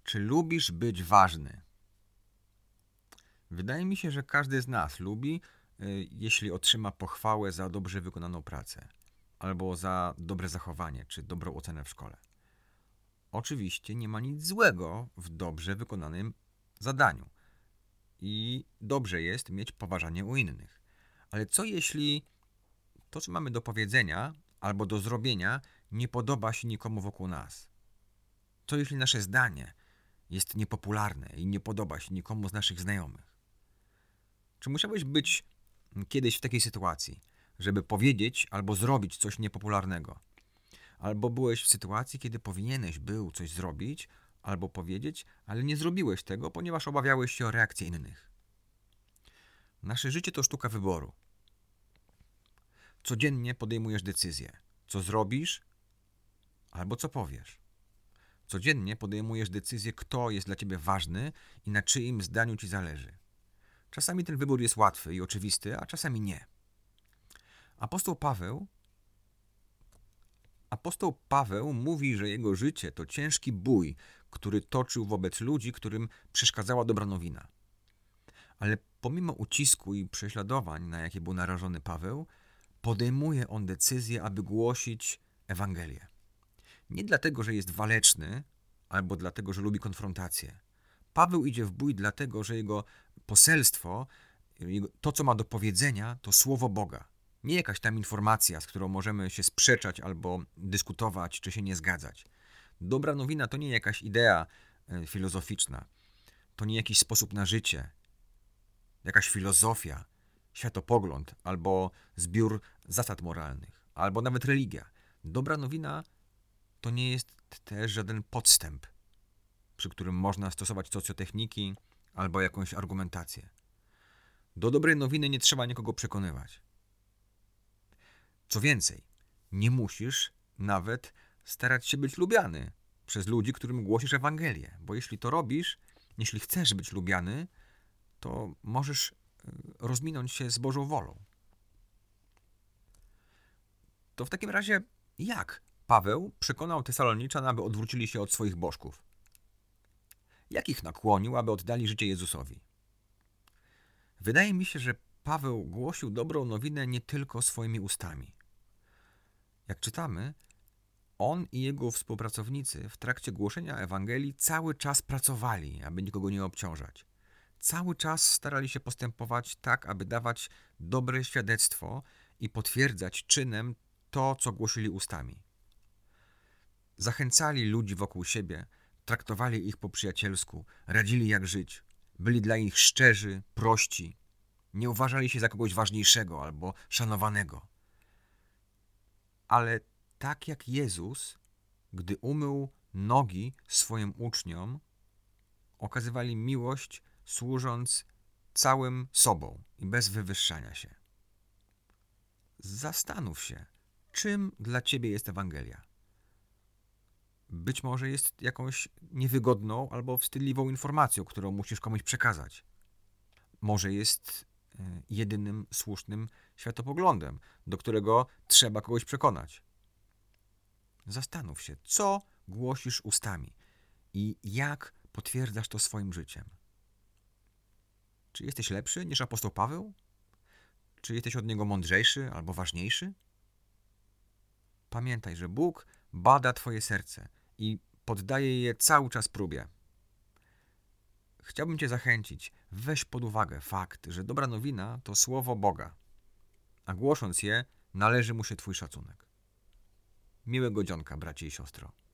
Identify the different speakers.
Speaker 1: Czy lubisz być ważny? Wydaje mi się, że każdy z nas lubi, jeśli otrzyma pochwałę za dobrze wykonaną pracę, albo za dobre zachowanie, czy dobrą ocenę w szkole. Oczywiście nie ma nic złego w dobrze wykonanym zadaniu i dobrze jest mieć poważanie u innych. Ale co jeśli to, co mamy do powiedzenia albo do zrobienia, nie podoba się nikomu wokół nas? Co jeśli nasze zdanie jest niepopularne i nie podoba się nikomu z naszych znajomych? Czy musiałeś być kiedyś w takiej sytuacji, żeby powiedzieć albo zrobić coś niepopularnego? Albo byłeś w sytuacji, kiedy powinieneś był coś zrobić albo powiedzieć, ale nie zrobiłeś tego, ponieważ obawiałeś się o reakcję innych? Nasze życie to sztuka wyboru. Codziennie podejmujesz decyzję, co zrobisz albo co powiesz. Codziennie podejmujesz decyzję, kto jest dla ciebie ważny i na czyim zdaniu ci zależy. Czasami ten wybór jest łatwy i oczywisty, a czasami nie. Apostoł Paweł mówi, że jego życie to ciężki bój, który toczył wobec ludzi, którym przeszkadzała dobra nowina. Ale pomimo ucisku i prześladowań, na jakie był narażony Paweł, podejmuje on decyzję, aby głosić Ewangelię. Nie dlatego, że jest waleczny, albo dlatego, że lubi konfrontację. Paweł idzie w bój dlatego, że jego poselstwo, to co ma do powiedzenia, to słowo Boga. Nie jakaś tam informacja, z którą możemy się sprzeczać albo dyskutować, czy się nie zgadzać. Dobra nowina to nie jakaś idea filozoficzna. To nie jakiś sposób na życie, jakaś filozofia, światopogląd albo zbiór zasad moralnych, albo nawet religia. Dobra nowina to nie jest też żaden podstęp, przy którym można stosować socjotechniki albo jakąś argumentację. Do dobrej nowiny nie trzeba nikogo przekonywać. Co więcej, nie musisz nawet starać się być lubiany przez ludzi, którym głosisz Ewangelię, bo jeśli to robisz, jeśli chcesz być lubiany, to możesz rozminąć się z Bożą wolą. To w takim razie jak Paweł przekonał Tesaloniczan, aby odwrócili się od swoich bożków? Jak ich nakłonił, aby oddali życie Jezusowi? Wydaje mi się, że Paweł głosił dobrą nowinę nie tylko swoimi ustami. Jak czytamy, on i jego współpracownicy w trakcie głoszenia Ewangelii cały czas pracowali, aby nikogo nie obciążać. Cały czas starali się postępować tak, aby dawać dobre świadectwo i potwierdzać czynem to, co głosili ustami. Zachęcali ludzi wokół siebie, traktowali ich po przyjacielsku, radzili jak żyć, byli dla nich szczerzy, prości, nie uważali się za kogoś ważniejszego albo szanowanego. Ale tak jak Jezus, gdy umył nogi swoim uczniom, okazywali miłość, służąc całym sobą i bez wywyższania się. Zastanów się, czym dla ciebie jest Ewangelia. Być może jest jakąś niewygodną albo wstydliwą informacją, którą musisz komuś przekazać. Może jest jedynym słusznym światopoglądem, do którego trzeba kogoś przekonać. Zastanów się, co głosisz ustami i jak potwierdzasz to swoim życiem. Czy jesteś lepszy niż apostoł Paweł? Czy jesteś od niego mądrzejszy albo ważniejszy? Pamiętaj, że Bóg bada twoje serce i poddaje je cały czas próbie. Chciałbym cię zachęcić, weź pod uwagę fakt, że dobra nowina to słowo Boga, a głosząc je, należy mu się twój szacunek. Miłego dzionka, bracie i siostro.